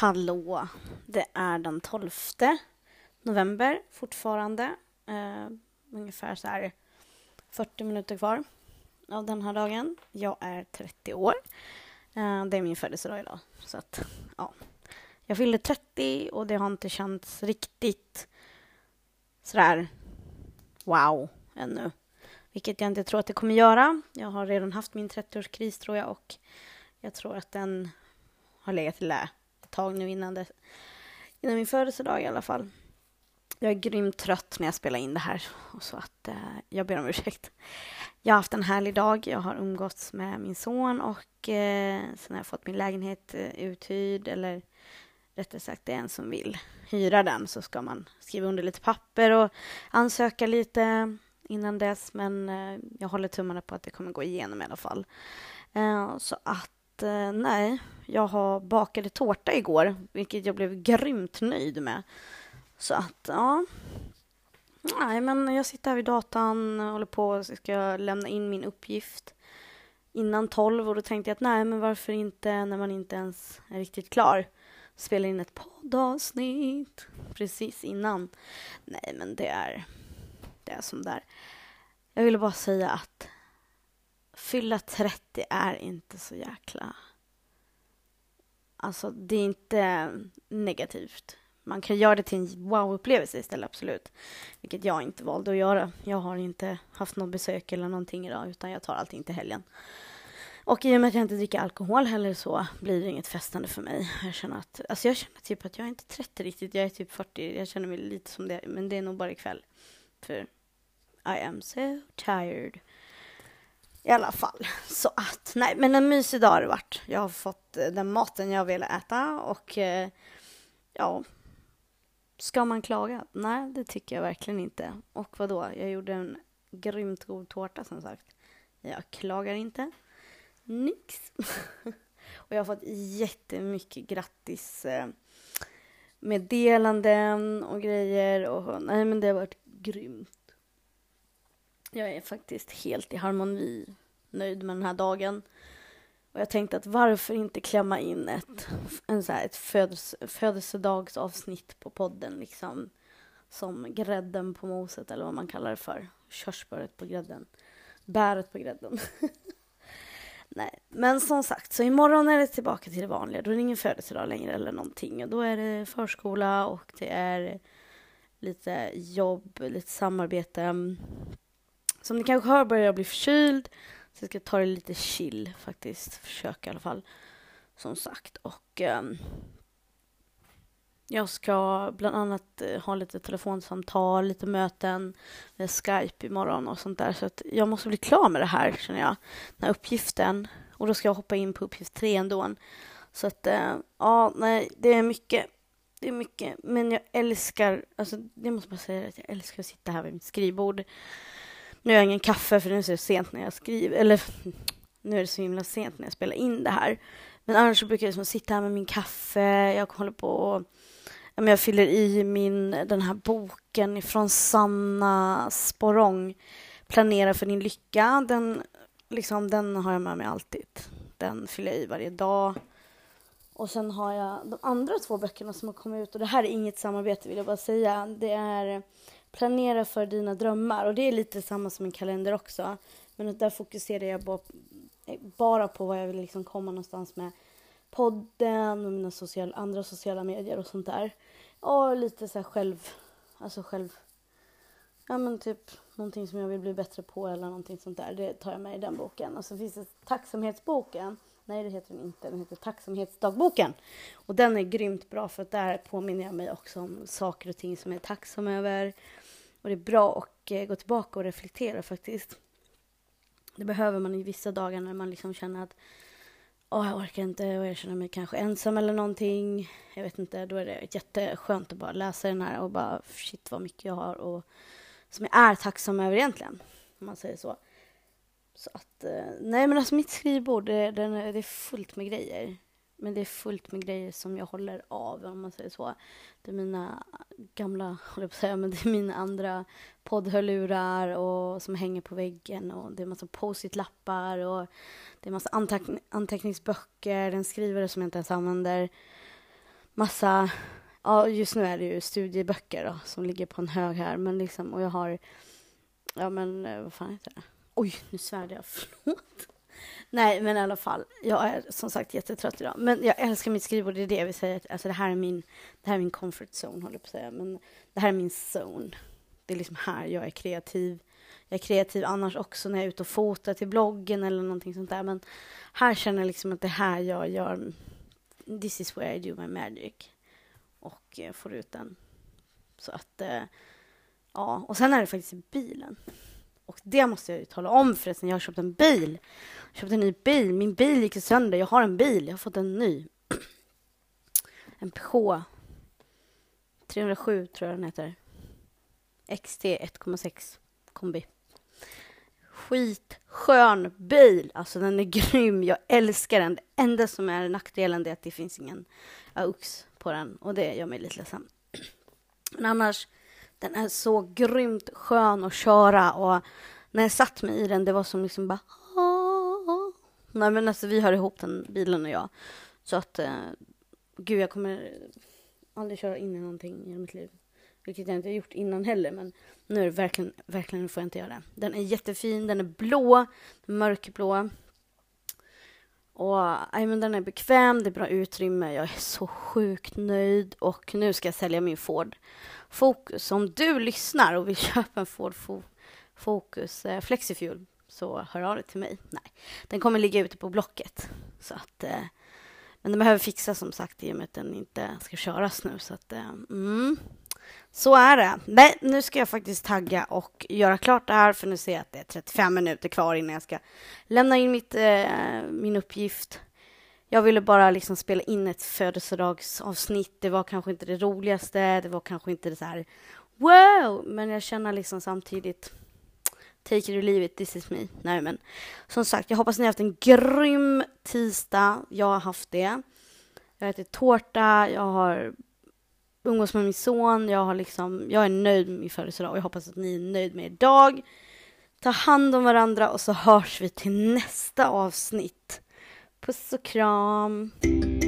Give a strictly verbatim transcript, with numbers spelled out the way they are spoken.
Hallå, det är den tolfte november fortfarande. Eh, ungefär så här fyrtio minuter kvar av den här dagen. Jag är trettio år. Eh, det är min födelsedag idag. Så att, ja. Jag fyllde trettio och det har inte känts riktigt sådär wow ännu. Vilket jag inte tror att det kommer göra. Jag har redan haft min trettioårskris tror jag och jag tror att den har legat i lä ett tag nu innan, det, innan min födelsedag i alla fall. Jag är grymt trött när jag spelar in det här och så att eh, jag ber om ursäkt. Jag har haft en härlig dag. Jag har umgåtts med min son och eh, sen har jag fått min lägenhet eh, uthyrd eller rättare sagt det är en som vill hyra den så ska man skriva under lite papper och ansöka lite innan dess men eh, jag håller tummarna på att det kommer gå igenom i alla fall. Eh, så att eh, nej, jag har bakade tårta igår vilket jag blev grymt nöjd med. Så att ja, nej men jag sitter här vid datan och håller på och ska lämna in min uppgift innan tolv och då tänkte jag att nej men varför inte när man inte ens är riktigt klar spela in ett poddavsnitt precis innan. Nej men det är det är som där. Jag ville bara säga att fylla trettio är inte så jäkla, alltså det är inte negativt. Man kan göra det till en wow-upplevelse istället, absolut. Vilket jag inte valde att göra. Jag har inte haft någon besök eller någonting idag utan jag tar allting till helgen. Och i och med att jag inte dricker alkohol heller så blir det inget festande för mig. Jag känner att, alltså jag känner typ att jag är inte trettio riktigt, jag är typ fyrtio. Jag känner mig lite som det, men det är nog bara ikväll. För I am so tired. I alla fall. Så att, nej, men en mysig dag har det varit. Jag har fått den maten jag ville äta och eh, ja, ska man klaga? Nej, det tycker jag verkligen inte. Och vad då? Jag gjorde en grymt god tårta som sagt. Jag klagar inte. Nix. Och jag har fått jättemycket grattis eh, meddelanden och grejer. Och, nej, men det har varit grymt. Jag är faktiskt helt i harmoni nöjd med den här dagen. Och jag tänkte att varför inte klämma in ett, en så här, ett födels, födelsedagsavsnitt på podden. Liksom, som grädden på moset eller vad man kallar det för. Körsbäret på grädden. Bäret på grädden. Nej, men som sagt, så imorgon är det tillbaka till det vanliga. Då är det ingen födelsedag längre eller någonting. Och då är det förskola och det är lite jobb, lite samarbete. Som ni kanske hör börjar jag bli förkyld. Så jag ska ta det lite chill faktiskt. Försöka i alla fall. Som sagt. Och eh, jag ska bland annat eh, ha lite telefonsamtal, lite möten med Skype imorgon och sånt där. Så att jag måste bli klar med det här känner jag. Den här uppgiften. Och då ska jag hoppa in på uppgift tre ändå. Så att eh, ja, nej, det är mycket. Det är mycket. Men jag älskar, alltså det måste man säga att jag älskar att sitta här vid mitt skrivbord. Nu har jag ingen kaffe för nu är det så sent när jag skriver. Eller nu är det så himla sent när jag spelar in det här. Men annars så brukar jag liksom sitta här med min kaffe. Jag håller på och jag fyller i min, den här boken från Sanna Sporrong. Planera för din lycka. Den, liksom, den har jag med mig alltid. Den fyller jag i varje dag. Och sen har jag de andra två böckerna som har kommit ut. Och det här är inget samarbete vill jag bara säga. Det är Planera för dina drömmar. Och det är lite samma som en kalender också. Men där fokuserar jag bara, bara på vad jag vill liksom komma någonstans med podden och mina social, andra sociala medier och sånt där. Och lite så här själv, alltså själv, ja men typ någonting som jag vill bli bättre på eller någonting sånt där. Det tar jag med i den boken. Och så finns det tacksamhetsboken. Nej, det heter den inte. Den heter Tacksamhetsdagboken. Och den är grymt bra för att där påminner jag mig också om saker och ting som jag är tacksam över. Och det är bra att eh, gå tillbaka och reflektera faktiskt. Det behöver man i vissa dagar när man liksom känner att åh, jag orkar inte och jag känner mig kanske ensam eller någonting. Jag vet inte, då är det jätteskönt att bara läsa den här och bara shit vad mycket jag har och som jag är tacksam över egentligen. Om man säger så. Så att, nej men alltså mitt skrivbord det, det, det är fullt med grejer. Men det är fullt med grejer som jag håller av om man säger så. Det är mina gamla, håller jag på att säga, men det är mina andra poddhörlurar och som hänger på väggen och det är massa post-it-lappar och det är massa anteck- anteckningsböcker, en skrivare som jag inte ens använder. massa, ja just nu är det ju studieböcker då, som ligger på en hög här. Men liksom, och jag har, ja men eh, vad fan heter det? Oj, nu svärde jag, förlåt. Nej, men i alla fall, jag är som sagt jättetrött idag. Men jag älskar mitt skrivbord, det är det jag vill säga. Alltså det här är min, det här är min comfort zone, håller jag på att säga. Men det här är min zone. Det är liksom här jag är kreativ. Jag är kreativ annars också när jag är ute och fotar till bloggen eller någonting sånt där. Men här känner jag liksom att det här jag gör, this is where I do my magic. Och eh, får ut den. Så att, eh, ja. Och sen är det faktiskt i bilen. Och det måste jag ju tala om förresten. Jag har köpt en bil. Jag köpte en ny bil. Min bil gick sönder. Jag har en bil. Jag har fått en ny. En Peugeot tre noll sju tror jag den heter. X T ett komma sex kombi. Skitskön bil. Alltså den är grym. Jag älskar den. Det enda som är nackdelen är att det finns ingen A U X på den. Och det gör mig lite ledsen. Men annars, den är så grymt skön att köra. Och när jag satt mig i den, det var som liksom bara... Aah. Nej men alltså vi hör ihop den bilen och jag. Så att, eh, gud jag kommer aldrig köra in i någonting i mitt liv. Vilket jag inte har gjort innan heller. Men nu är det verkligen, verkligen får jag inte göra det. Den är jättefin, den är blå, mörkblå. Och nej, men den är bekväm, det är bra utrymme. Jag är så sjukt nöjd. Och nu ska jag sälja min Ford Focus. Om du lyssnar och vill köpa en Ford Fo- Focus eh, Flexifuel, så hör av dig till mig. Nej, den kommer ligga ute på Blocket. Så att, eh, men den behöver fixas som sagt i och med att den inte ska köras nu. Så att, eh, mm. Så är det. Nej, nu ska jag faktiskt tagga och göra klart det här. För nu ser jag att det är trettiofem minuter kvar innan jag ska lämna in mitt, eh, min uppgift. Jag ville bara liksom spela in ett födelsedagsavsnitt. Det var kanske inte det roligaste. Det var kanske inte det så här wow. Men jag känner liksom samtidigt take it or leave it, this is me. Nej men som sagt, jag hoppas ni har haft en grym tisdag. Jag har haft det. Jag har ätit tårta. Jag har umgås med min son. Jag, har liksom, jag är nöjd med min födelsedag och jag hoppas att ni är nöjd med idag. Ta hand om varandra och så hörs vi till nästa avsnitt. Puss och kram.